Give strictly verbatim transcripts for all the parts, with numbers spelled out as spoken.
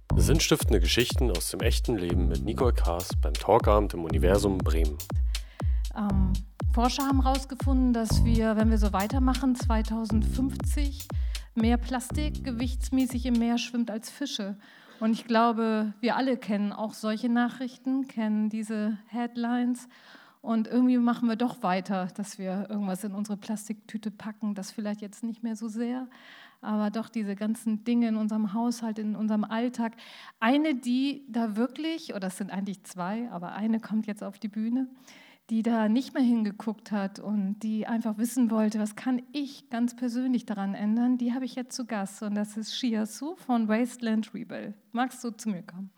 Sinnstiftende Geschichten aus dem echten Leben mit Nicole Kaas beim Talkabend im Universum Bremen. Ähm, Forscher haben herausgefunden, dass wir, wenn wir so weitermachen, zweitausendfünfzig mehr Plastik gewichtsmäßig im Meer schwimmt als Fische. Und ich glaube, wir alle kennen auch solche Nachrichten, kennen diese Headlines. Und irgendwie machen wir doch weiter, dass wir irgendwas in unsere Plastiktüte packen, das vielleicht jetzt nicht mehr so sehr, aber doch diese ganzen Dinge in unserem Haushalt, in unserem Alltag. Eine, die da wirklich, oder es sind eigentlich zwei, aber eine kommt jetzt auf die Bühne, die da nicht mehr hingeguckt hat und die einfach wissen wollte, was kann ich ganz persönlich daran ändern, die habe ich jetzt zu Gast. Und das ist Shia Su von Wasteland Rebel. Magst du zu mir kommen?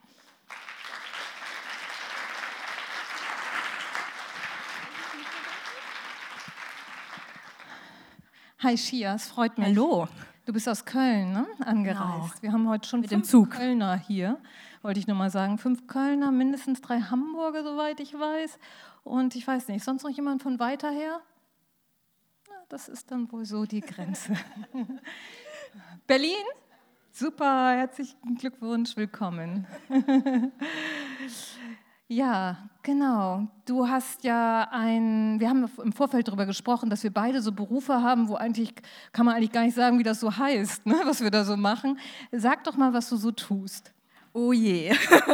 Hi Shia, es freut mich. Hallo. Du bist aus Köln, ne? Angereist. Genau. Wir haben heute schon mit fünf dem Zug. Kölner hier, wollte ich nur mal sagen. Fünf Kölner, mindestens drei Hamburger, soweit ich weiß. Und ich weiß nicht, sonst noch jemand von weiter her? Na, das ist dann wohl so die Grenze. Berlin? Super, herzlichen Glückwunsch, willkommen. Ja, genau. Du hast ja ein, wir haben im Vorfeld darüber gesprochen, dass wir beide so Berufe haben, wo eigentlich, kann man eigentlich gar nicht sagen, wie das so heißt, ne, was wir da so machen. Sag doch mal, was du so tust. Oh je.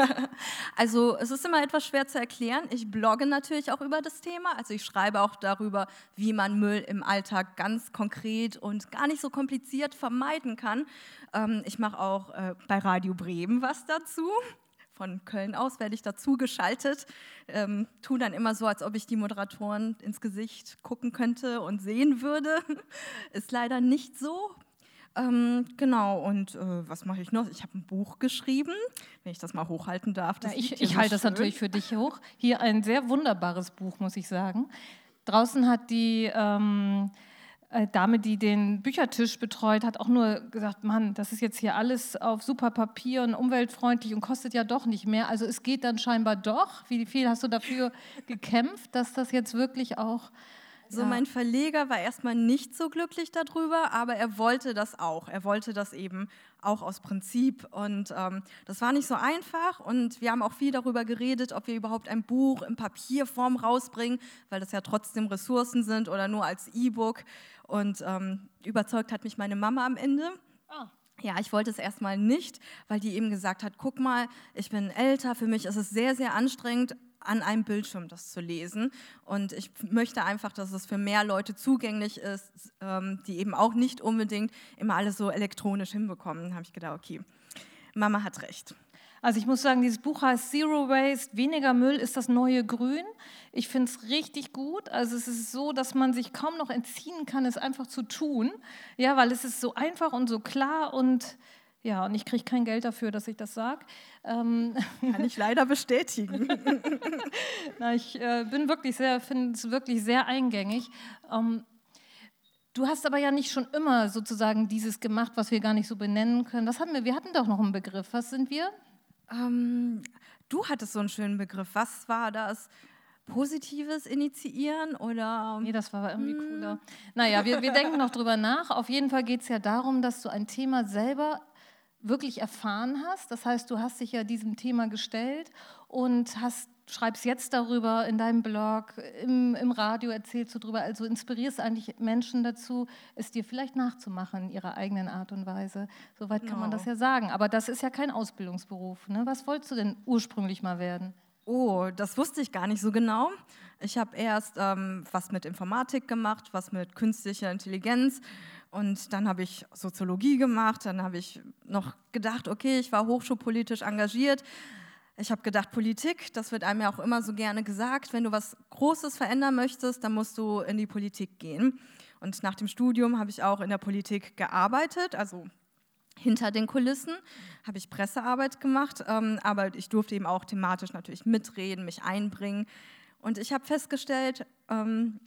Also es ist immer etwas schwer zu erklären. Ich blogge natürlich auch über das Thema. Also ich schreibe auch darüber, wie man Müll im Alltag ganz konkret und gar nicht so kompliziert vermeiden kann. Ich mache auch bei Radio Bremen was dazu. Von Köln aus werde ich dazu geschaltet, ähm, tue dann immer so, als ob ich die Moderatoren ins Gesicht gucken könnte und sehen würde. Ist leider nicht so. Ähm, genau, und äh, was mache ich noch? Ich habe ein Buch geschrieben, wenn ich das mal hochhalten darf. Das ja, ich ich halte das natürlich für dich hoch. Hier ein sehr wunderbares Buch, muss ich sagen. Draußen hat die ähm, Dame, die den Büchertisch betreut, hat auch nur gesagt, Mann, das ist jetzt hier alles auf super Papier und umweltfreundlich und kostet ja doch nicht mehr. Also es geht dann scheinbar doch. Wie viel hast du dafür gekämpft, dass das jetzt wirklich auch... So, ja. Mein Verleger war erstmal nicht so glücklich darüber, aber er wollte das auch. Er wollte das eben auch aus Prinzip. Und ähm, das war nicht so einfach. Und wir haben auch viel darüber geredet, ob wir überhaupt ein Buch in Papierform rausbringen, weil das ja trotzdem Ressourcen sind oder nur als E-Book. Und ähm, überzeugt hat mich meine Mama am Ende. Ah. Ja, ich wollte es erstmal nicht, weil die eben gesagt hat, guck mal, ich bin älter, für mich ist es sehr, sehr anstrengend, an einem Bildschirm das zu lesen. Und ich möchte einfach, dass es für mehr Leute zugänglich ist, ähm, die eben auch nicht unbedingt immer alles so elektronisch hinbekommen. Da habe ich gedacht, okay, Mama hat recht. Also ich muss sagen, dieses Buch heißt Zero Waste, weniger Müll ist das neue Grün. Ich finde es richtig gut. Also es ist so, dass man sich kaum noch entziehen kann, es einfach zu tun. Ja, weil es ist so einfach und so klar und ja, und ich kriege kein Geld dafür, dass ich das sage. Ähm Kann ich leider bestätigen. Na, ich äh, bin wirklich sehr, finde es wirklich sehr eingängig. Ähm, Du hast aber ja nicht schon immer sozusagen dieses gemacht, was wir gar nicht so benennen können. Was hatten wir? Wir hatten doch noch einen Begriff. Was sind wir? Ähm, du hattest so einen schönen Begriff. Was war das? Positives initiieren oder? Nee, das war irgendwie hm. cooler. Naja, wir, wir denken noch drüber nach. Auf jeden Fall geht es ja darum, dass du ein Thema selber wirklich erfahren hast. Das heißt, du hast dich ja diesem Thema gestellt und hast, schreibst jetzt darüber in deinem Blog, im, im Radio erzählst du darüber, also inspirierst eigentlich Menschen dazu, es dir vielleicht nachzumachen in ihrer eigenen Art und Weise. Soweit kann Genau. man das ja sagen. Aber das ist ja kein Ausbildungsberuf. Ne? Was wolltest du denn ursprünglich mal werden? Oh, das wusste ich gar nicht so genau. Ich habe erst ähm, was mit Informatik gemacht, was mit künstlicher Intelligenz. Und dann habe ich Soziologie gemacht, dann habe ich noch gedacht, okay, ich war hochschulpolitisch engagiert. Ich habe gedacht, Politik, das wird einem ja auch immer so gerne gesagt, wenn du was Großes verändern möchtest, dann musst du in die Politik gehen. Und nach dem Studium habe ich auch in der Politik gearbeitet, also hinter den Kulissen habe ich Pressearbeit gemacht, ähm, aber ich durfte eben auch thematisch natürlich mitreden, mich einbringen. Und ich habe festgestellt, ähm,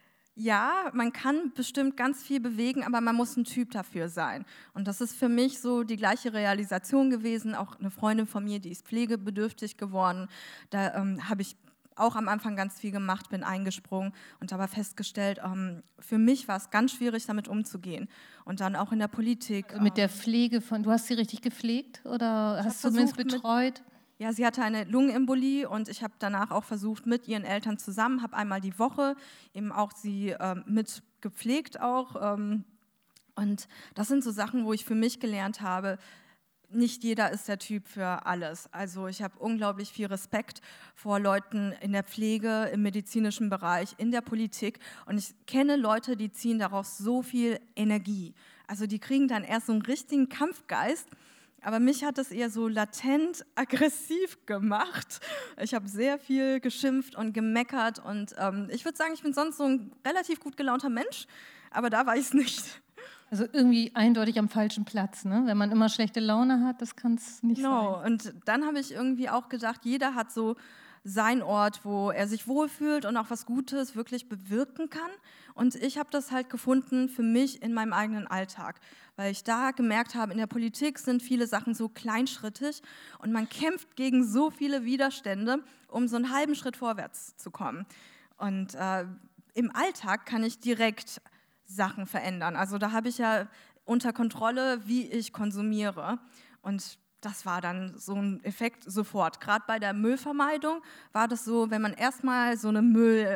ja, man kann bestimmt ganz viel bewegen, aber man muss ein Typ dafür sein. Und das ist für mich so die gleiche Realisation gewesen. Auch eine Freundin von mir, die ist pflegebedürftig geworden. Da ähm, habe ich auch am Anfang ganz viel gemacht, bin eingesprungen und aber festgestellt, ähm, für mich war es ganz schwierig, damit umzugehen. Und dann auch in der Politik. Also mit der Pflege von, du hast sie richtig gepflegt oder hast du zumindest betreut? Mit, ja, sie hatte eine Lungenembolie und ich habe danach auch versucht, mit ihren Eltern zusammen, habe einmal die Woche eben auch sie ähm, mit gepflegt auch. Ähm, und das sind so Sachen, wo ich für mich gelernt habe, nicht jeder ist der Typ für alles. Also ich habe unglaublich viel Respekt vor Leuten in der Pflege, im medizinischen Bereich, in der Politik. Und ich kenne Leute, die ziehen daraus so viel Energie. Also die kriegen dann erst so einen richtigen Kampfgeist. Aber mich hat es eher so latent aggressiv gemacht. Ich habe sehr viel geschimpft und gemeckert. Und ähm, ich würde sagen, ich bin sonst so ein relativ gut gelaunter Mensch. Aber da war ich es nicht. Also irgendwie eindeutig am falschen Platz, ne? Wenn man immer schlechte Laune hat, das kann es nicht genau. sein. Und dann habe ich irgendwie auch gedacht, jeder hat so seinen Ort, wo er sich wohlfühlt und auch was Gutes wirklich bewirken kann. Und ich habe das halt gefunden für mich in meinem eigenen Alltag, weil ich da gemerkt habe, in der Politik sind viele Sachen so kleinschrittig und man kämpft gegen so viele Widerstände, um so einen halben Schritt vorwärts zu kommen. Und äh, im Alltag kann ich direkt Sachen verändern. Also da habe ich ja unter Kontrolle, wie ich konsumiere. Und das war dann so ein Effekt sofort. Gerade bei der Müllvermeidung war das so, wenn man erstmal so eine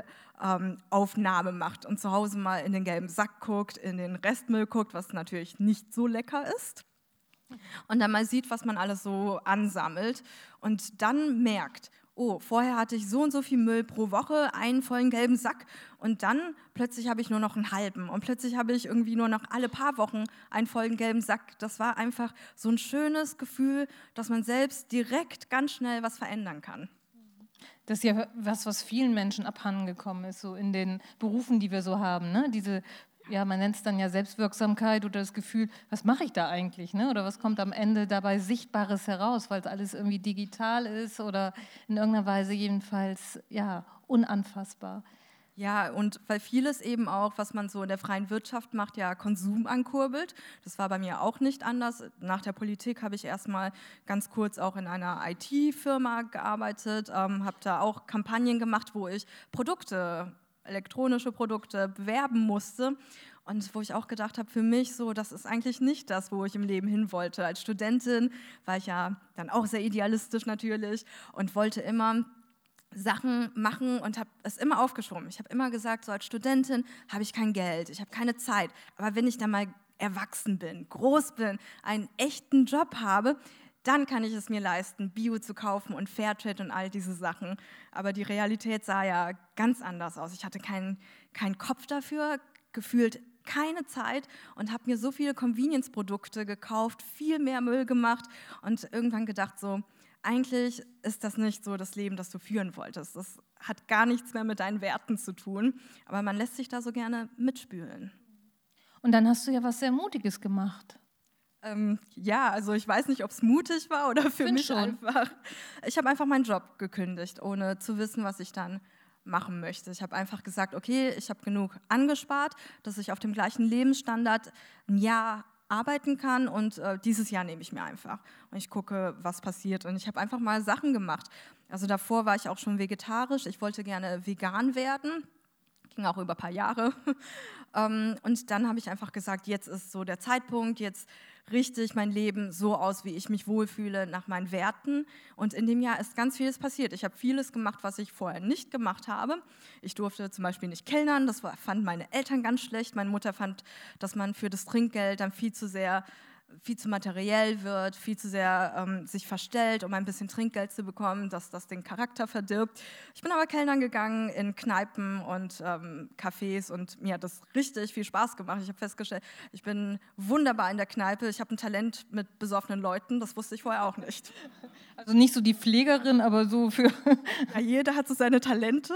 Müllaufnahme ähm, macht und zu Hause mal in den gelben Sack guckt, in den Restmüll guckt, was natürlich nicht so lecker ist, und dann mal sieht, was man alles so ansammelt und dann merkt, oh, vorher hatte ich so und so viel Müll pro Woche, einen vollen gelben Sack und dann plötzlich habe ich nur noch einen halben und plötzlich habe ich irgendwie nur noch alle paar Wochen einen vollen gelben Sack. Das war einfach so ein schönes Gefühl, dass man selbst direkt ganz schnell was verändern kann. Das ist ja was, was vielen Menschen abhandengekommen ist, so in den Berufen, die wir so haben, ne? Diese, ja, man nennt es dann ja Selbstwirksamkeit oder das Gefühl, was mache ich da eigentlich, ne? Oder was kommt am Ende dabei Sichtbares heraus, weil es alles irgendwie digital ist oder in irgendeiner Weise jedenfalls ja, unanfassbar. Ja, und weil vieles eben auch, was man so in der freien Wirtschaft macht, ja Konsum ankurbelt. Das war bei mir auch nicht anders. Nach der Politik habe ich erstmal ganz kurz auch in einer I T-Firma gearbeitet, ähm, habe da auch Kampagnen gemacht, wo ich Produkte, elektronische Produkte bewerben musste. Und wo ich auch gedacht habe, für mich so, das ist eigentlich nicht das, wo ich im Leben hin wollte. Als Studentin war ich ja dann auch sehr idealistisch natürlich und wollte immer Sachen machen und habe es immer aufgeschoben. Ich habe immer gesagt, so als Studentin habe ich kein Geld, ich habe keine Zeit. Aber wenn ich dann mal erwachsen bin, groß bin, einen echten Job habe, dann kann ich es mir leisten, Bio zu kaufen und Fairtrade und all diese Sachen. Aber die Realität sah ja ganz anders aus. Ich hatte keinen keinen Kopf dafür, gefühlt keine Zeit und habe mir so viele Convenience-Produkte gekauft, viel mehr Müll gemacht und irgendwann gedacht so, eigentlich ist das nicht so das Leben, das du führen wolltest. Das hat gar nichts mehr mit deinen Werten zu tun, aber man lässt sich da so gerne mitspülen. Und dann hast du ja was sehr Mutiges gemacht. Ähm, ja, also ich weiß nicht, ob es mutig war oder für mich schon. einfach. Ich habe einfach meinen Job gekündigt, ohne zu wissen, was ich dann machen möchte. Ich habe einfach gesagt, okay, ich habe genug angespart, dass ich auf dem gleichen Lebensstandard ein Jahr arbeiten kann und äh, dieses Jahr nehme ich mir einfach und ich gucke, was passiert und ich habe einfach mal Sachen gemacht. Also davor war ich auch schon vegetarisch, ich wollte gerne vegan werden, ging auch über ein paar Jahre ähm, und dann habe ich einfach gesagt, jetzt ist so der Zeitpunkt, jetzt richte ich mein Leben so aus, wie ich mich wohlfühle, nach meinen Werten. Und in dem Jahr ist ganz vieles passiert. Ich habe vieles gemacht, was ich vorher nicht gemacht habe. Ich durfte zum Beispiel nicht kellnern, das fanden meine Eltern ganz schlecht. Meine Mutter fand, dass man für das Trinkgeld dann viel zu sehr, viel zu materiell wird, viel zu sehr ähm, sich verstellt, um ein bisschen Trinkgeld zu bekommen, dass das den Charakter verdirbt. Ich bin aber kellnern gegangen in Kneipen und ähm, Cafés und mir hat das richtig viel Spaß gemacht. Ich habe festgestellt, ich bin wunderbar in der Kneipe, ich habe ein Talent mit besoffenen Leuten, das wusste ich vorher auch nicht. Also nicht so die Pflegerin, aber so für... Ja, jeder hat so seine Talente.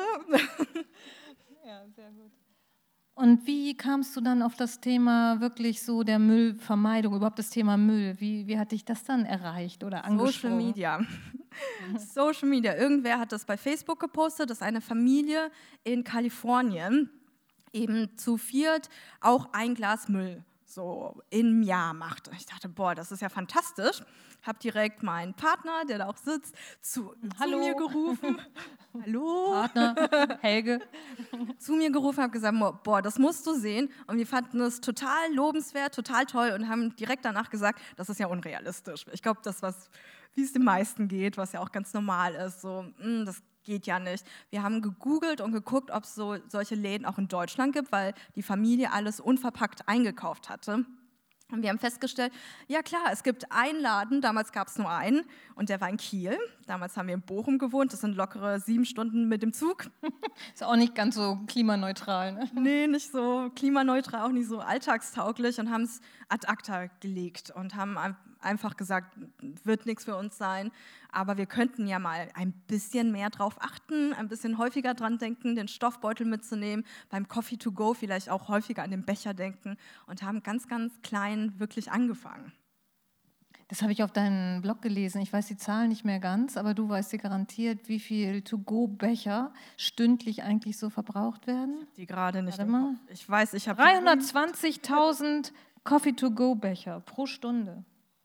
Ja, sehr gut. Und wie kamst du dann auf das Thema wirklich so der Müllvermeidung, überhaupt das Thema Müll? Wie, wie hat dich das dann erreicht oder angesprochen? Social Media. Social Media. Irgendwer hat das bei Facebook gepostet, dass eine Familie in Kalifornien eben zu viert auch ein Glas Müll so im Jahr macht. Und ich dachte, boah, das ist ja fantastisch. Habe direkt meinen Partner, der da auch sitzt, zu, zu mir gerufen. Hallo? Partner, Helge. Zu mir gerufen, habe gesagt, boah, das musst du sehen. Und wir fanden es total lobenswert, total toll und haben direkt danach gesagt, das ist ja unrealistisch. Ich glaube, das, was, wie es den meisten geht, was ja auch ganz normal ist, so, mh, das geht ja nicht. Wir haben gegoogelt und geguckt, ob es so, solche Läden auch in Deutschland gibt, weil die Familie alles unverpackt eingekauft hatte. Und wir haben festgestellt, ja klar, es gibt einen Laden, damals gab es nur einen und der war in Kiel. Damals haben wir in Bochum gewohnt, das sind lockere sieben Stunden mit dem Zug. Ist auch nicht ganz so klimaneutral, ne? Nee, nicht so klimaneutral, auch nicht so alltagstauglich und haben es ad acta gelegt und haben einfach gesagt, wird nichts für uns sein, aber wir könnten ja mal ein bisschen mehr drauf achten, ein bisschen häufiger dran denken, den Stoffbeutel mitzunehmen, beim Coffee to go vielleicht auch häufiger an den Becher denken und haben ganz, ganz klein wirklich angefangen. Das habe ich auf deinem Blog gelesen. Ich weiß die Zahlen nicht mehr ganz, aber du weißt dir garantiert, wie viel To-Go-Becher stündlich eigentlich so verbraucht werden? Die gerade nicht. Warte mal. Ich weiß, ich habe dreihundertzwanzigtausend Coffee-to-go-Becher pro Stunde.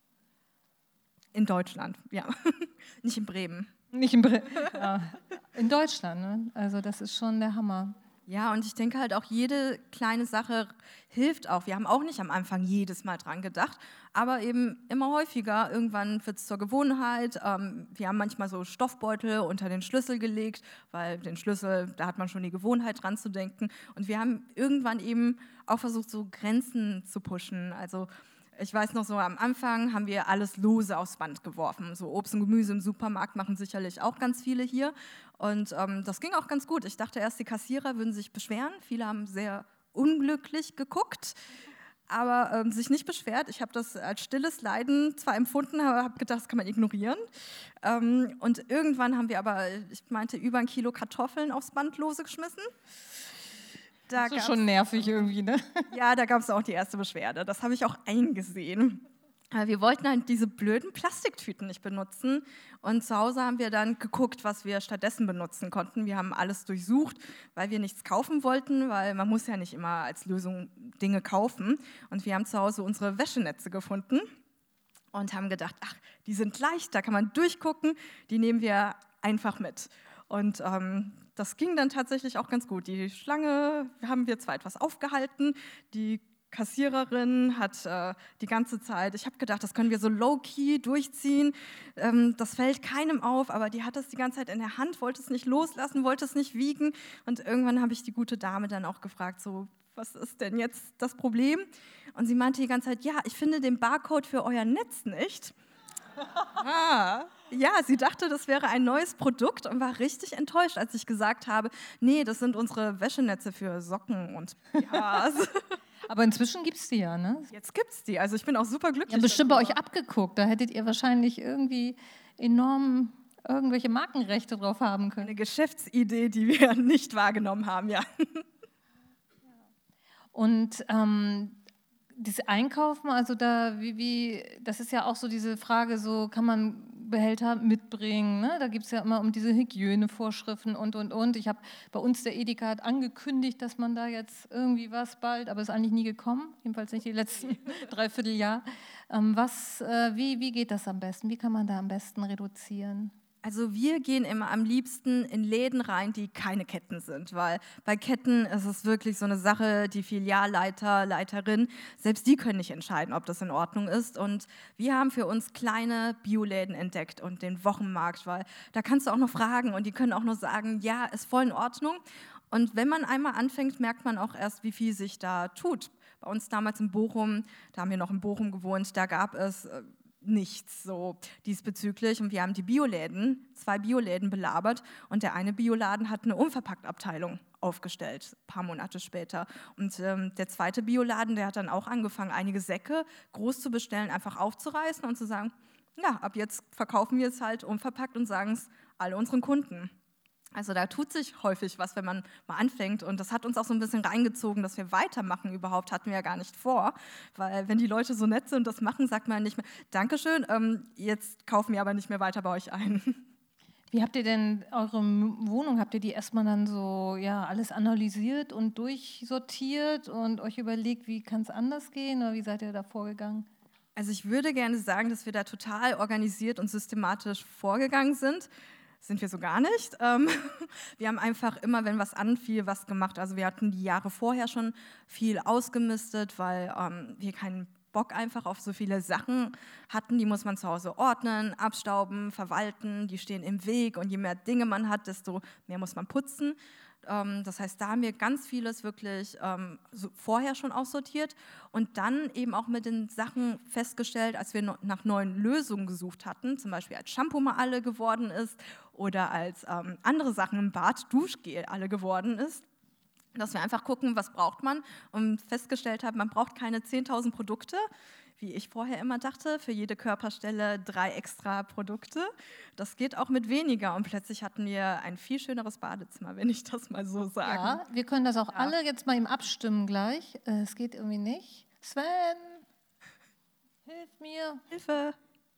In Deutschland, ja. Nicht in Bremen. Nicht in Bremen. Ja. In Deutschland, ne? Also das ist schon der Hammer. Ja, und ich denke halt auch, jede kleine Sache hilft auch. Wir haben auch nicht am Anfang jedes Mal dran gedacht, aber eben immer häufiger. Irgendwann wird es zur Gewohnheit. Ähm, wir haben manchmal so Stoffbeutel unter den Schlüssel gelegt, weil den Schlüssel, da hat man schon die Gewohnheit dran zu denken. Und wir haben irgendwann eben auch versucht, so Grenzen zu pushen. Also ich weiß noch so, am Anfang haben wir alles lose aufs Band geworfen. So Obst und Gemüse im Supermarkt machen sicherlich auch ganz viele hier. Und ähm, das ging auch ganz gut. Ich dachte erst, die Kassierer würden sich beschweren. Viele haben sehr unglücklich geguckt, aber ähm, sich nicht beschwert. Ich habe das als stilles Leiden zwar empfunden, aber habe gedacht, das kann man ignorieren. Ähm, und irgendwann haben wir aber, ich meinte, über ein Kilo Kartoffeln aufs Band lose geschmissen. Da das ist schon nervig irgendwie, ne? Ja, da gab es auch die erste Beschwerde. Das habe ich auch eingesehen. Wir wollten halt diese blöden Plastiktüten nicht benutzen. Und zu Hause haben wir dann geguckt, was wir stattdessen benutzen konnten. Wir haben alles durchsucht, weil wir nichts kaufen wollten, weil man muss ja nicht immer als Lösung Dinge kaufen. Und wir haben zu Hause unsere Wäschenetze gefunden und haben gedacht, ach, die sind leicht, da kann man durchgucken, die nehmen wir einfach mit. Und ähm, das ging dann tatsächlich auch ganz gut. Die Schlange haben wir zwar etwas aufgehalten, die Kassiererin hat äh, die ganze Zeit, ich habe gedacht, das können wir so low-key durchziehen, ähm, das fällt keinem auf, aber die hat das die ganze Zeit in der Hand, wollte es nicht loslassen, wollte es nicht wiegen und irgendwann habe ich die gute Dame dann auch gefragt, so, was ist denn jetzt das Problem? Und sie meinte die ganze Zeit, ja, ich finde den Barcode für euer Netz nicht. Ah. Ja, sie dachte, das wäre ein neues Produkt und war richtig enttäuscht, als ich gesagt habe, nee, das sind unsere Wäschenetze für Socken und ja. Aber inzwischen gibt es die ja, ne? Jetzt gibt es die, also ich bin auch super glücklich. Ja, bestimmt darüber. Bei euch abgeguckt, da hättet ihr wahrscheinlich irgendwie enorm irgendwelche Markenrechte drauf haben können. Eine Geschäftsidee, die wir nicht wahrgenommen haben, ja. Und ähm, das Einkaufen, also da, wie, wie, das ist ja auch so diese Frage, so kann man Behälter mitbringen, ne? Da gibt es ja immer um diese Hygienevorschriften und, und, und. Ich habe bei uns, der Edeka hat angekündigt, dass man da jetzt irgendwie was bald, aber ist eigentlich nie gekommen, jedenfalls nicht die letzten dreiviertel Jahr. Ähm, was, äh, wie, wie geht das am besten? Wie kann man da am besten reduzieren? Also wir gehen immer am liebsten in Läden rein, die keine Ketten sind, weil bei Ketten ist es wirklich so eine Sache, die Filialleiter, Leiterin, selbst die können nicht entscheiden, ob das in Ordnung ist. Und wir haben für uns kleine Bioläden entdeckt und den Wochenmarkt, weil da kannst du auch noch fragen und die können auch noch sagen, ja, ist voll in Ordnung. Und wenn man einmal anfängt, merkt man auch erst, wie viel sich da tut. Bei uns damals in Bochum, da haben wir noch in Bochum gewohnt, da gab es nichts so diesbezüglich und wir haben die Bioläden, zwei Bioläden belabert und der eine Bioladen hat eine Unverpacktabteilung aufgestellt, ein paar Monate später. Und ähm, der zweite Bioladen, der hat dann auch angefangen, einige Säcke groß zu bestellen, einfach aufzureißen und zu sagen, ja, ab jetzt verkaufen wir es halt unverpackt und sagen es all unseren Kunden. Also da tut sich häufig was, wenn man mal anfängt und das hat uns auch so ein bisschen reingezogen, dass wir weitermachen überhaupt, hatten wir ja gar nicht vor, weil wenn die Leute so nett sind und das machen, sagt man nicht mehr, Dankeschön, ähm, jetzt kaufen wir aber nicht mehr weiter bei euch ein. Wie habt ihr denn eure Wohnung, habt ihr die erstmal dann so, ja, alles analysiert und durchsortiert und euch überlegt, wie kann es anders gehen oder wie seid ihr da vorgegangen? Also ich würde gerne sagen, dass wir da total organisiert und systematisch vorgegangen sind. Sind wir so gar nicht. Ähm, wir haben einfach immer, wenn was anfiel, was gemacht. Also wir hatten die Jahre vorher schon viel ausgemistet, weil ähm, wir keinen Bock einfach auf so viele Sachen hatten. Die muss man zu Hause ordnen, abstauben, verwalten. Die stehen im Weg und je mehr Dinge man hat, desto mehr muss man putzen. Ähm, das heißt, da haben wir ganz vieles wirklich ähm, so vorher schon aussortiert und dann eben auch mit den Sachen festgestellt, als wir no- nach neuen Lösungen gesucht hatten, zum Beispiel als Shampoo mal alle geworden ist oder als ähm, andere Sachen im Bad, Duschgel alle geworden ist, dass wir einfach gucken, was braucht man und festgestellt haben, man braucht keine zehntausend Produkte, wie ich vorher immer dachte, für jede Körperstelle drei extra Produkte. Das geht auch mit weniger und plötzlich hatten wir ein viel schöneres Badezimmer, wenn ich das mal so sage. Ja, wir können das auch Ja. alle jetzt mal eben abstimmen gleich. Äh, Es geht irgendwie nicht. Sven, hilf mir. Hilfe!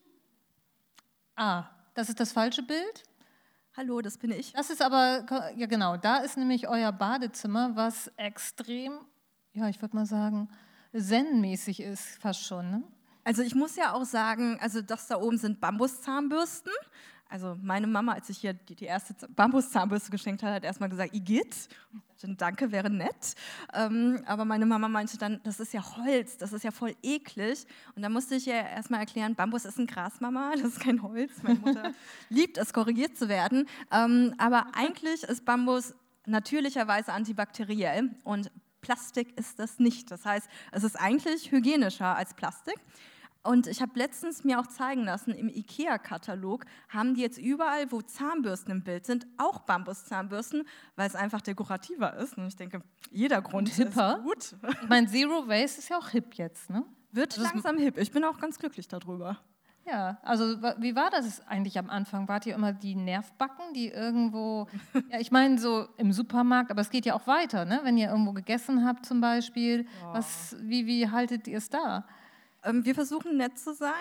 Ah, das ist das falsche Bild. Hallo, das bin ich. Das ist aber, ja genau, da ist nämlich euer Badezimmer, was extrem, ja, ich würde mal sagen, zen-mäßig ist, fast schon, ne? Also ich muss ja auch sagen, also das da oben sind Bambuszahnbürsten. Also meine Mama, als ich hier die, die erste Bambuszahnbürste geschenkt hat, hat erstmal gesagt, Igitt. Danke, wäre nett. Ähm, aber meine Mama meinte dann, das ist ja Holz, das ist ja voll eklig. Und da musste ich ihr erstmal erklären, Bambus ist ein Gras, Mama, das ist kein Holz. Meine Mutter liebt es, korrigiert zu werden. Ähm, aber eigentlich ist Bambus natürlicherweise antibakteriell und Plastik ist das nicht. Das heißt, es ist eigentlich hygienischer als Plastik. Und ich habe letztens mir auch zeigen lassen, im IKEA-Katalog haben die jetzt überall, wo Zahnbürsten im Bild sind, auch Bambuszahnbürsten, weil es einfach dekorativer ist. Und ich denke, jeder Grund Und hipper. ist gut. Ich meine, Zero Waste ist ja auch hip jetzt, ne? Wird Also es- langsam hip. Ich bin auch ganz glücklich darüber. Ja, also wa- wie war das eigentlich am Anfang? Wart ihr immer die Nervbacken, die irgendwo, ja, ich meine so im Supermarkt, aber es geht ja auch weiter, ne? Wenn ihr irgendwo gegessen habt zum Beispiel, was, wie, wie haltet ihr es da? Ähm, wir versuchen nett zu sein.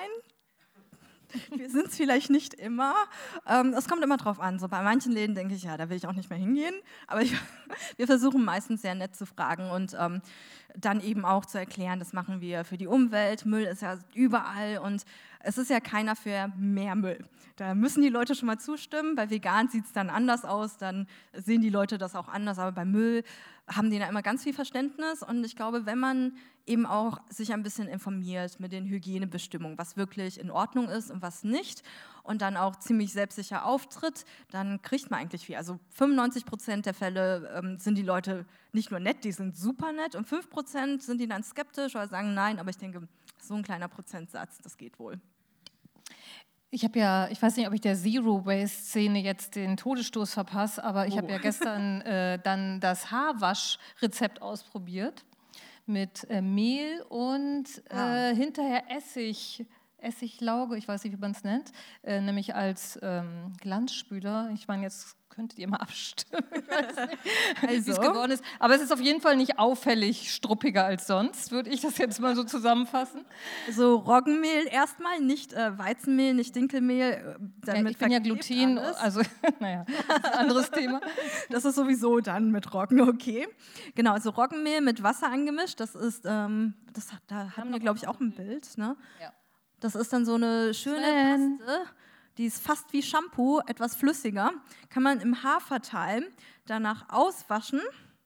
Wir sind es vielleicht nicht immer. Ähm, es kommt immer drauf an. So bei manchen Läden denke ich, ja, da will ich auch nicht mehr hingehen. Aber ich, wir versuchen meistens sehr nett zu fragen und ähm, dann eben auch zu erklären, das machen wir für die Umwelt. Müll ist ja überall und es ist ja keiner für mehr Müll. Da müssen die Leute schon mal zustimmen. Bei Vegan sieht es dann anders aus, dann sehen die Leute das auch anders. Aber bei Müll haben die da immer ganz viel Verständnis. Und ich glaube, wenn man eben auch sich ein bisschen informiert mit den Hygienebestimmungen, was wirklich in Ordnung ist und was nicht, und dann auch ziemlich selbstsicher auftritt, dann kriegt man eigentlich viel. Also fünfundneunzig Prozent der Fälle ähm, sind die Leute nicht nur nett, die sind super nett, und fünf Prozent sind die dann skeptisch oder sagen nein, aber ich denke, so ein kleiner Prozentsatz, das geht wohl. Ich habe ja, ich weiß nicht, ob ich der Zero-Waste-Szene jetzt den Todesstoß verpasse, aber ich Oh. habe ja gestern äh, dann das Haarwaschrezept ausprobiert mit äh, Mehl und Ah. äh, hinterher Essig, Essiglauge, ich weiß nicht, wie man es nennt, äh, nämlich als ähm, Glanzspüler. Ich meine, jetzt könntet ihr mal abstimmen, ich weiß nicht, wie es Also? geworden ist. Aber es ist auf jeden Fall nicht auffällig struppiger als sonst, würde ich das jetzt mal so zusammenfassen. So Roggenmehl erstmal, nicht äh, Weizenmehl, nicht Dinkelmehl. äh, Dann Ja, mit ich bin ja verklebt Gluten, alles. also naja, das ist ein anderes Thema. Das ist sowieso dann mit Roggen, okay. Genau, also Roggenmehl mit Wasser angemischt, das ist, ähm, das, da hatten wir, glaube ich, auch ein Bild. Ne? Ja. Das ist dann so eine schöne Sven. Paste, die ist fast wie Shampoo, etwas flüssiger. Kann man im Haar verteilen, danach auswaschen.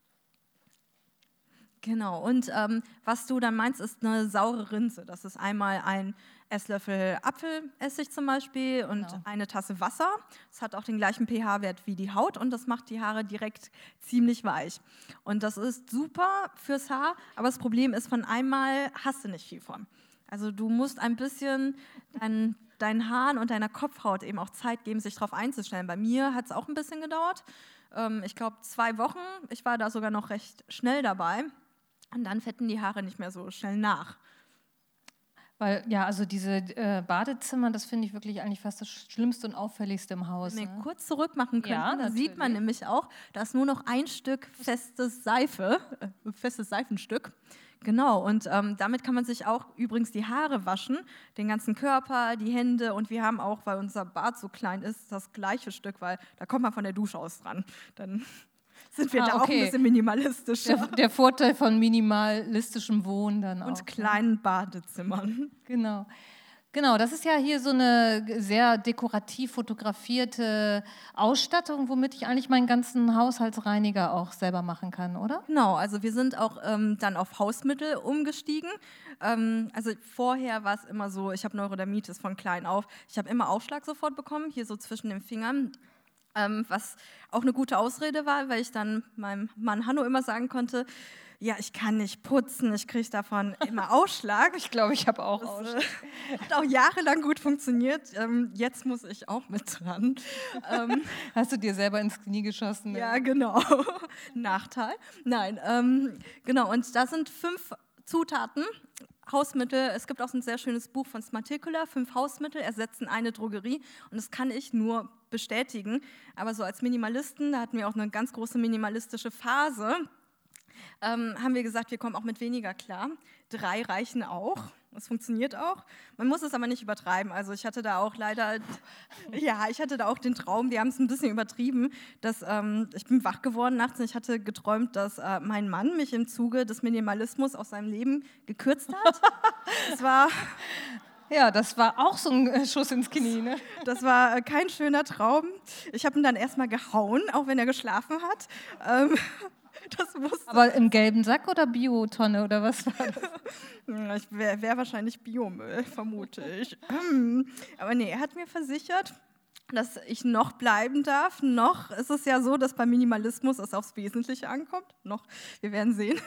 Genau, und ähm, was du dann meinst, ist eine saure Rinse. Das ist einmal ein Esslöffel Apfelessig zum Beispiel und Genau. eine Tasse Wasser. Das hat auch den gleichen pH-Wert wie die Haut und das macht die Haare direkt ziemlich weich. Und das ist super fürs Haar, aber das Problem ist, von einmal hast du nicht viel von. Also du musst ein bisschen dein, deinen Haaren und deiner Kopfhaut eben auch Zeit geben, sich darauf einzustellen. Bei mir hat es auch ein bisschen gedauert. Ähm, ich glaube zwei Wochen. Ich war da sogar noch recht schnell dabei. Und dann fetten die Haare nicht mehr so schnell nach. Weil, ja, also diese äh, Badezimmer, das finde ich wirklich eigentlich fast das Schlimmste und Auffälligste im Haus. Wenn wir Ne? kurz zurück machen könnten, Ja, da sieht man natürlich. nämlich auch, da ist nur noch ein Stück festes Seife, äh, festes Seifenstück. Genau, und ähm, damit kann man sich auch übrigens die Haare waschen, den ganzen Körper, die Hände, und wir haben auch, weil unser Bad so klein ist, das gleiche Stück, weil da kommt man von der Dusche aus dran. Dann sind wir Ah, da okay. auch ein bisschen minimalistischer. Der, der Vorteil von minimalistischem Wohnen dann auch. Und ne? kleinen Badezimmern. Genau. Genau, das ist ja hier so eine sehr dekorativ fotografierte Ausstattung, womit ich eigentlich meinen ganzen Haushaltsreiniger auch selber machen kann, oder? Genau, also wir sind auch ähm, dann auf Hausmittel umgestiegen. Ähm, also vorher war es immer so, ich habe Neurodermitis von klein auf, ich habe immer Aufschlag sofort bekommen, hier so zwischen den Fingern. Ähm, was auch eine gute Ausrede war, weil ich dann meinem Mann Hanno immer sagen konnte, ja, ich kann nicht putzen, ich kriege davon immer Ausschlag. Ich glaube, ich habe auch Das Ausschlag. äh, hat auch jahrelang gut funktioniert. Ähm, jetzt muss ich auch mit dran. Ähm, Hast du dir selber ins Knie geschossen? ja, genau. Nachteil. Nein, ähm, genau. Und da sind fünf Zutaten, Hausmittel. Es gibt auch ein sehr schönes Buch von Smarticula, fünf Hausmittel ersetzen eine Drogerie. Und das kann ich nur bestätigen. Aber so als Minimalisten, da hatten wir auch eine ganz große minimalistische Phase, ähm, haben wir gesagt, wir kommen auch mit weniger klar. Drei reichen auch. Das funktioniert auch. Man muss es aber nicht übertreiben. Also ich hatte da auch leider, ja, ich hatte da auch den Traum, wir haben es ein bisschen übertrieben, dass ähm, ich bin wach geworden nachts und ich hatte geträumt, dass äh, mein Mann mich im Zuge des Minimalismus aus seinem Leben gekürzt hat. Das war... Ja, das war auch so ein Schuss ins Knie, ne? Das war äh, kein schöner Traum. Ich habe ihn dann erstmal gehauen, auch wenn er geschlafen hat. Ähm, das musste. Aber im gelben Sack oder Biotonne oder was war das? Ich wäre wär wahrscheinlich Biomüll, vermute ich. Aber nee, er hat mir versichert, dass ich noch bleiben darf. Noch ist es ja so, dass beim Minimalismus es aufs Wesentliche ankommt. Noch, wir werden sehen.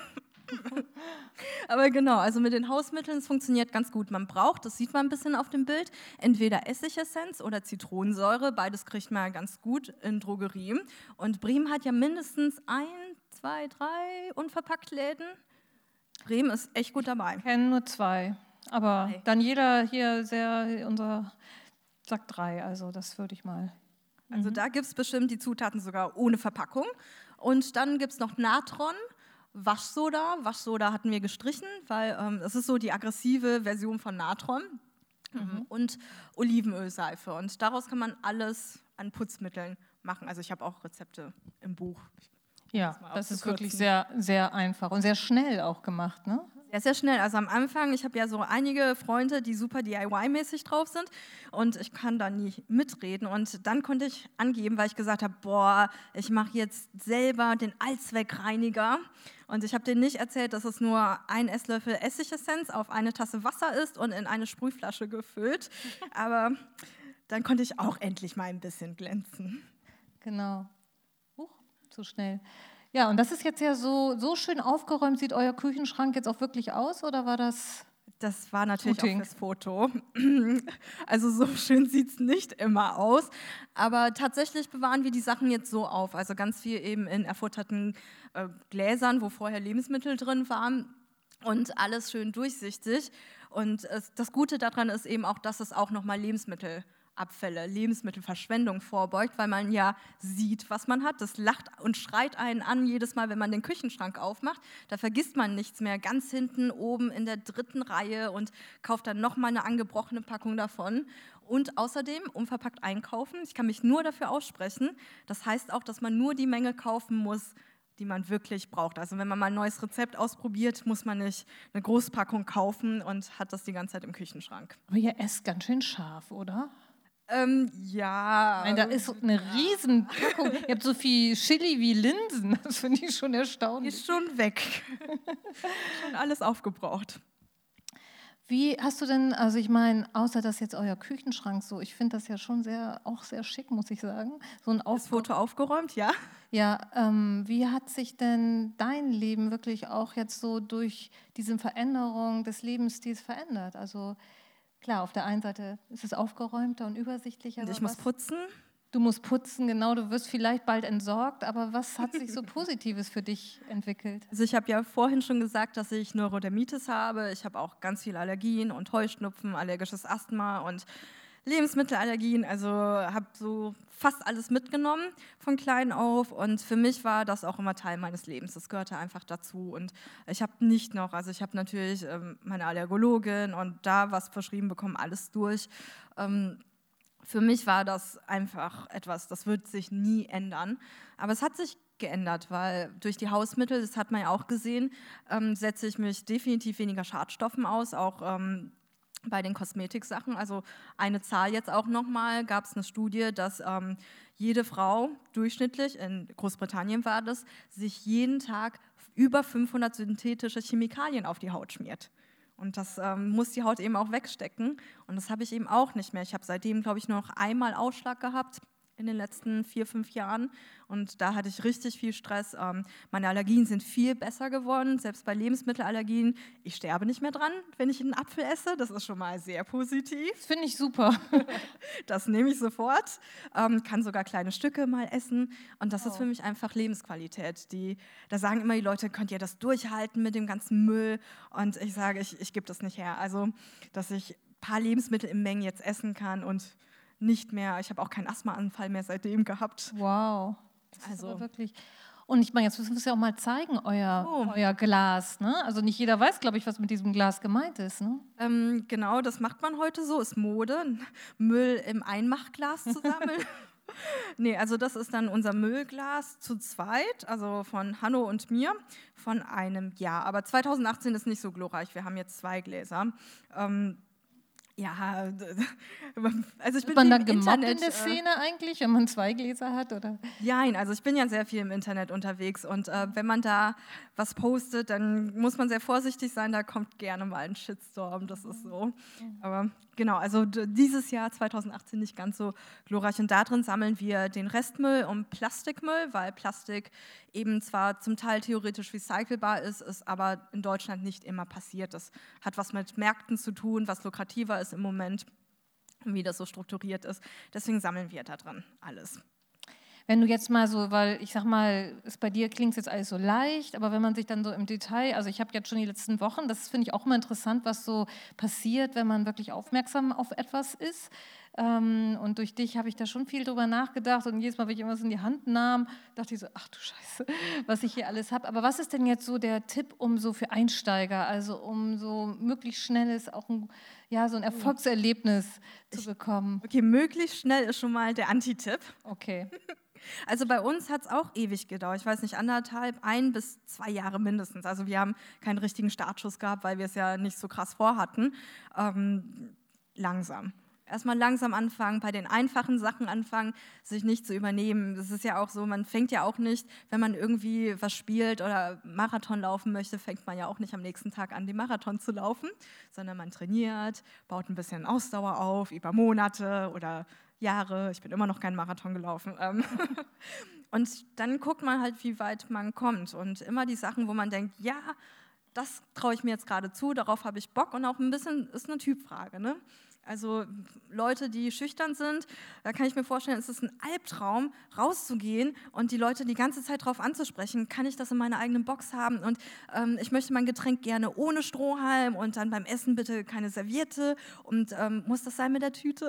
Aber genau, also mit den Hausmitteln, es funktioniert ganz gut. Man braucht, das sieht man ein bisschen auf dem Bild, entweder Essigessenz oder Zitronensäure. Beides kriegt man ganz gut in Drogerien. Und Bremen hat ja mindestens ein, zwei, drei unverpackt Läden. Bremen ist echt gut dabei. Ich kenne nur zwei. Aber Drei. dann jeder hier sehr, unser sagt drei, also das würde ich mal. Also da gibt es bestimmt die Zutaten sogar ohne Verpackung. Und dann gibt es noch Natron. Waschsoda. Waschsoda hatten wir gestrichen, weil ähm, das ist so die aggressive Version von Natron. Mhm. Und Olivenölseife. Und daraus kann man alles an Putzmitteln machen. Also ich habe auch Rezepte im Buch. Ja, das ist wirklich sehr, sehr einfach und sehr schnell auch gemacht, ne? Ja, sehr schnell. Also am Anfang, ich habe ja so einige Freunde, die super D I Y-mäßig drauf sind und ich kann da nie mitreden. Und dann konnte ich angeben, weil ich gesagt habe, boah, ich mache jetzt selber den Allzweckreiniger. Und ich habe denen nicht erzählt, dass es nur ein Esslöffel Essigessenz auf eine Tasse Wasser ist und in eine Sprühflasche gefüllt. Aber dann konnte ich auch endlich mal ein bisschen glänzen. Genau. Huch, zu schnell. Ja, und das ist jetzt ja so, so schön aufgeräumt. Sieht euer Küchenschrank jetzt auch wirklich aus oder war das? Das war natürlich Shooting. auch fürs Foto. Also so schön sieht es nicht immer aus. Aber tatsächlich bewahren wir die Sachen jetzt so auf. Also ganz viel eben in erfutterten äh, Gläsern, wo vorher Lebensmittel drin waren. Und alles schön durchsichtig. Und es, das Gute daran ist eben auch, dass es auch nochmal Lebensmittel Abfälle, Lebensmittelverschwendung vorbeugt, weil man ja sieht, was man hat. Das lacht und schreit einen an jedes Mal, wenn man den Küchenschrank aufmacht. Da vergisst man nichts mehr. Ganz hinten oben in der dritten Reihe und kauft dann nochmal eine angebrochene Packung davon. Und außerdem unverpackt einkaufen. Ich kann mich nur dafür aussprechen. Das heißt auch, dass man nur die Menge kaufen muss, die man wirklich braucht. Also wenn man mal ein neues Rezept ausprobiert, muss man nicht eine Großpackung kaufen und hat das die ganze Zeit im Küchenschrank. Aber ihr esst ganz schön scharf, oder? Ähm, ja. Nein, da ist eine riesen Packung. Ihr habt so viel Chili wie Linsen. Das finde ich schon erstaunlich. Ist schon weg. Schon alles aufgebraucht. Wie hast du denn, also ich meine, außer dass jetzt euer Küchenschrank so, ich finde das ja schon sehr, auch sehr schick, muss ich sagen. So ein Das Aufbau. Foto aufgeräumt, ja. Ja, ähm, wie hat sich denn dein Leben wirklich auch jetzt so durch diese Veränderung des Lebensstils verändert? Also klar, auf der einen Seite ist es aufgeräumter und übersichtlicher. Und ich aber muss was- putzen. Du musst putzen, genau, du wirst vielleicht bald entsorgt, aber was hat sich so Positives für dich entwickelt? Also ich habe ja vorhin schon gesagt, dass ich Neurodermitis habe. Ich habe auch ganz viele Allergien und Heuschnupfen, allergisches Asthma und Lebensmittelallergien, also habe so fast alles mitgenommen von klein auf und für mich war das auch immer Teil meines Lebens, das gehörte einfach dazu und ich habe nicht noch, also ich habe natürlich ähm, meine Allergologin und da was verschrieben bekommen, alles durch. Ähm, für mich war das einfach etwas, das wird sich nie ändern, aber es hat sich geändert, weil durch die Hausmittel, das hat man ja auch gesehen, ähm, setze ich mich definitiv weniger Schadstoffen aus, auch ähm, bei den Kosmetiksachen. Also eine Zahl jetzt auch nochmal, gab es eine Studie, dass ähm, jede Frau durchschnittlich, in Großbritannien war das, sich jeden Tag über fünfhundert synthetische Chemikalien auf die Haut schmiert. Und das ähm, muss die Haut eben auch wegstecken. Und das habe ich eben auch nicht mehr. Ich habe seitdem, glaube ich, nur noch einmal Ausschlag gehabt in den letzten vier, fünf Jahren. Und da hatte ich richtig viel Stress. Ähm, meine Allergien sind viel besser geworden, selbst bei Lebensmittelallergien. Ich sterbe nicht mehr dran, wenn ich einen Apfel esse. Das ist schon mal sehr positiv. Das finde ich super. Das nehme ich sofort. Ähm, kann sogar kleine Stücke mal essen. Und das Oh. ist für mich einfach Lebensqualität. Die, da sagen immer die Leute, könnt ihr das durchhalten mit dem ganzen Müll? Und ich sage, ich, ich gebe das nicht her. Also, dass ich ein paar Lebensmittel in Mengen jetzt essen kann und nicht mehr, ich habe auch keinen Asthmaanfall mehr seitdem gehabt. Wow. Das Also- ist aber wirklich. Und ich meine, jetzt müssen wir es ja auch mal zeigen, euer, Oh. euer Glas. Ne? Also nicht jeder weiß, glaube ich, was mit diesem Glas gemeint ist. Ne? Ähm, genau, das macht man heute so, ist Mode, Müll im Einmachglas zu sammeln. Nee, also das ist dann unser Müllglas zu zweit, also von Hanno und mir, von einem Jahr. Aber zweitausendachtzehn ist nicht so glorreich, wir haben jetzt zwei Gläser. Ähm, ja, also ich bin Wird man viel dann im gemobbt Internet, in der äh, Szene eigentlich, wenn man zwei Gläser hat? Oder? Nein, also ich bin ja sehr viel im Internet unterwegs und äh, wenn man da was postet, dann muss man sehr vorsichtig sein, da kommt gerne mal ein Shitstorm, das ist so. Aber genau, also d- dieses Jahr zweitausendachtzehn nicht ganz so glorreich und da drin sammeln wir den Restmüll und Plastikmüll, weil Plastik eben zwar zum Teil theoretisch recycelbar ist, ist aber in Deutschland nicht immer passiert. Das hat was mit Märkten zu tun, was lukrativer ist im Moment, wie das so strukturiert ist. Deswegen sammeln wir da dran alles. Wenn du jetzt mal so, weil ich sag mal, es bei dir klingt jetzt alles so leicht, aber wenn man sich dann so im Detail, also ich habe jetzt schon die letzten Wochen, das finde ich auch immer interessant, was so passiert, wenn man wirklich aufmerksam auf etwas ist. Ähm, und durch dich habe ich da schon viel drüber nachgedacht und jedes Mal, wenn ich irgendwas in die Hand nahm, dachte ich so, ach du Scheiße, was ich hier alles habe. Aber was ist denn jetzt so der Tipp, um so für Einsteiger, also um so möglichst schnelles, auch ein, ja, so ein Erfolgserlebnis zu bekommen? Okay, möglichst schnell ist schon mal der Antitipp. Okay. Also bei uns hat es auch ewig gedauert. Ich weiß nicht, anderthalb, ein bis zwei Jahre mindestens. Also wir haben keinen richtigen Startschuss gehabt, weil wir es ja nicht so krass vorhatten. Ähm, langsam. Erstmal langsam anfangen, bei den einfachen Sachen anfangen, sich nicht zu übernehmen. Das ist ja auch so, man fängt ja auch nicht, wenn man irgendwie was spielt oder Marathon laufen möchte, fängt man ja auch nicht am nächsten Tag an, den Marathon zu laufen, sondern man trainiert, baut ein bisschen Ausdauer auf über Monate oder Jahre. Ich bin immer noch keinen Marathon gelaufen. Ähm und dann guckt man halt, wie weit man kommt. Und immer die Sachen, wo man denkt, ja, das traue ich mir jetzt gerade zu, darauf habe ich Bock. Und auch ein bisschen ist eine Typfrage, ne? Also Leute, die schüchtern sind, da kann ich mir vorstellen, es ist ein Albtraum, rauszugehen und die Leute die ganze Zeit darauf anzusprechen, kann ich das in meiner eigenen Box haben und ähm, ich möchte mein Getränk gerne ohne Strohhalm und dann beim Essen bitte keine Serviette und ähm, muss das sein mit der Tüte?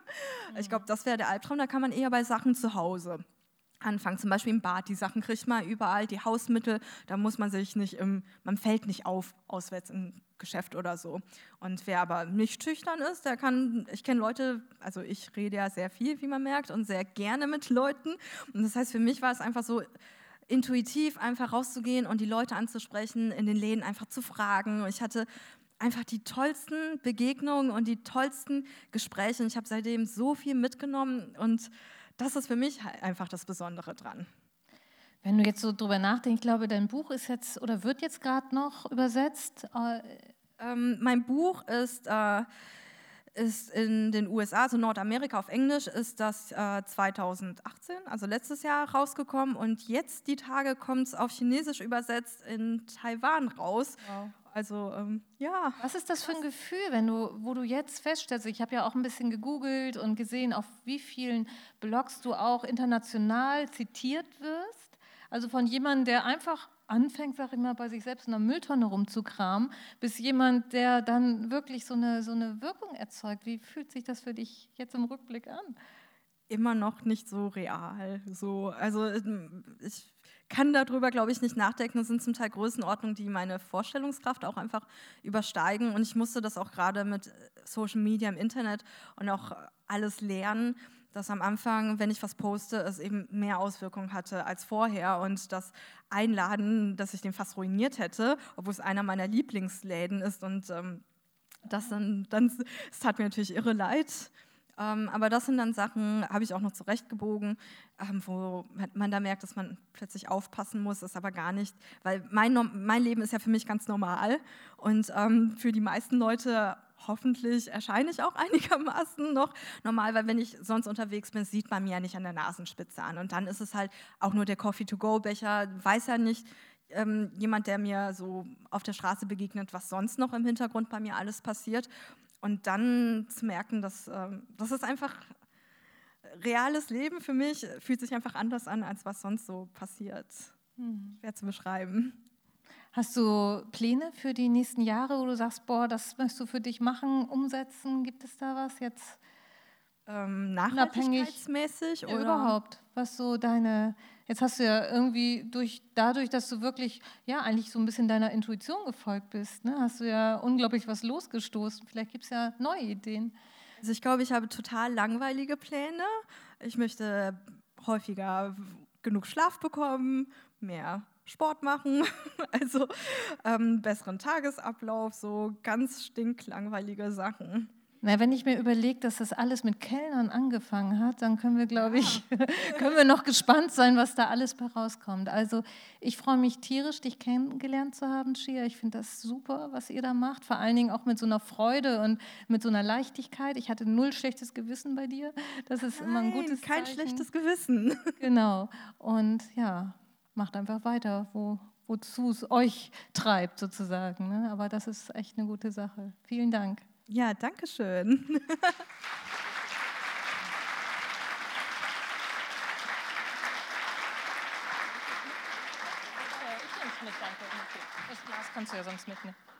Ich glaube, das wäre der Albtraum, da kann man eher bei Sachen zu Hause anfangen, zum Beispiel im Bad, die Sachen kriegt man überall, die Hausmittel, da muss man sich nicht, im, man fällt nicht auf, auswärts im Geschäft oder so. Und wer aber nicht schüchtern ist, der kann, ich kenne Leute, also ich rede ja sehr viel, wie man merkt, und sehr gerne mit Leuten. Und das heißt, für mich war es einfach so intuitiv, einfach rauszugehen und die Leute anzusprechen, in den Läden einfach zu fragen. Und ich hatte einfach die tollsten Begegnungen und die tollsten Gespräche. Und ich habe seitdem so viel mitgenommen und das ist für mich halt einfach das Besondere dran. Wenn du jetzt so drüber nachdenkst, ich glaube, dein Buch ist jetzt oder wird jetzt gerade noch übersetzt. Ähm, mein Buch ist, äh, ist in den U S A, also Nordamerika auf Englisch, ist das äh, zweitausendachtzehn, also letztes Jahr rausgekommen. Und jetzt die Tage kommt es auf Chinesisch übersetzt in Taiwan raus. Wow. Also ähm, ja. Was ist das für ein Gefühl, wenn du, wo du jetzt feststellst, ich habe ja auch ein bisschen gegoogelt und gesehen, auf wie vielen Blogs du auch international zitiert wirst. Also von jemandem, der einfach anfängt, sag ich mal, bei sich selbst in der Mülltonne rumzukramen, bis jemand, der dann wirklich so eine, so eine Wirkung erzeugt. Wie fühlt sich das für dich jetzt im Rückblick an? Immer noch nicht so real. So, also ich kann darüber, glaube ich, nicht nachdenken. Das sind zum Teil Größenordnungen, die meine Vorstellungskraft auch einfach übersteigen. Und ich musste das auch gerade mit Social Media im Internet und auch alles lernen, dass am Anfang, wenn ich was poste, es eben mehr Auswirkungen hatte als vorher. Und das Einladen, dass ich den fast ruiniert hätte, obwohl es einer meiner Lieblingsläden ist. Und ähm, das dann, dann, es tat mir natürlich irre leid. Ähm, aber das sind dann Sachen, habe ich auch noch zurechtgebogen, ähm, wo man da merkt, dass man plötzlich aufpassen muss, ist aber gar nicht, weil mein, mein Leben ist ja für mich ganz normal und ähm, für die meisten Leute hoffentlich erscheine ich auch einigermaßen noch normal, weil wenn ich sonst unterwegs bin, sieht man mir ja nicht an der Nasenspitze an und dann ist es halt auch nur der Coffee-to-go-Becher, weiß ja nicht, ähm, jemand, der mir so auf der Straße begegnet, was sonst noch im Hintergrund bei mir alles passiert. Und dann zu merken, dass ähm, das ist einfach reales Leben für mich, fühlt sich einfach anders an, als was sonst so passiert. Hm. Schwer zu beschreiben. Hast du Pläne für die nächsten Jahre, wo du sagst, boah, das möchtest du für dich machen, umsetzen? Gibt es da was jetzt? Ähm, nachhaltigkeitsmäßig ja, oder? Überhaupt, was so deine, jetzt hast du ja irgendwie durch, dadurch, dass du wirklich, ja, eigentlich so ein bisschen deiner Intuition gefolgt bist, ne, hast du ja unglaublich was losgestoßen. Vielleicht gibt es ja neue Ideen. Also ich glaube, ich habe total langweilige Pläne. Ich möchte häufiger genug Schlaf bekommen, mehr Sport machen, also ähm, besseren Tagesablauf, so ganz stinklangweilige Sachen. Na, wenn ich mir überlege, dass das alles mit Kellnern angefangen hat, dann können wir, glaube ich, ja. können wir noch gespannt sein, was da alles bei rauskommt. Also ich freue mich tierisch, dich kennengelernt zu haben, Shia. Ich finde das super, was ihr da macht, vor allen Dingen auch mit so einer Freude und mit so einer Leichtigkeit. Ich hatte null schlechtes Gewissen bei dir. Das ist Nein, immer ein gutes kein Zeichen. schlechtes Gewissen. Genau. Und ja, macht einfach weiter, wo, wozu es euch treibt sozusagen. Ne? Aber das ist echt eine gute Sache. Vielen Dank. Ja, danke schön. Das Glas kannst du ja sonst mitnehmen.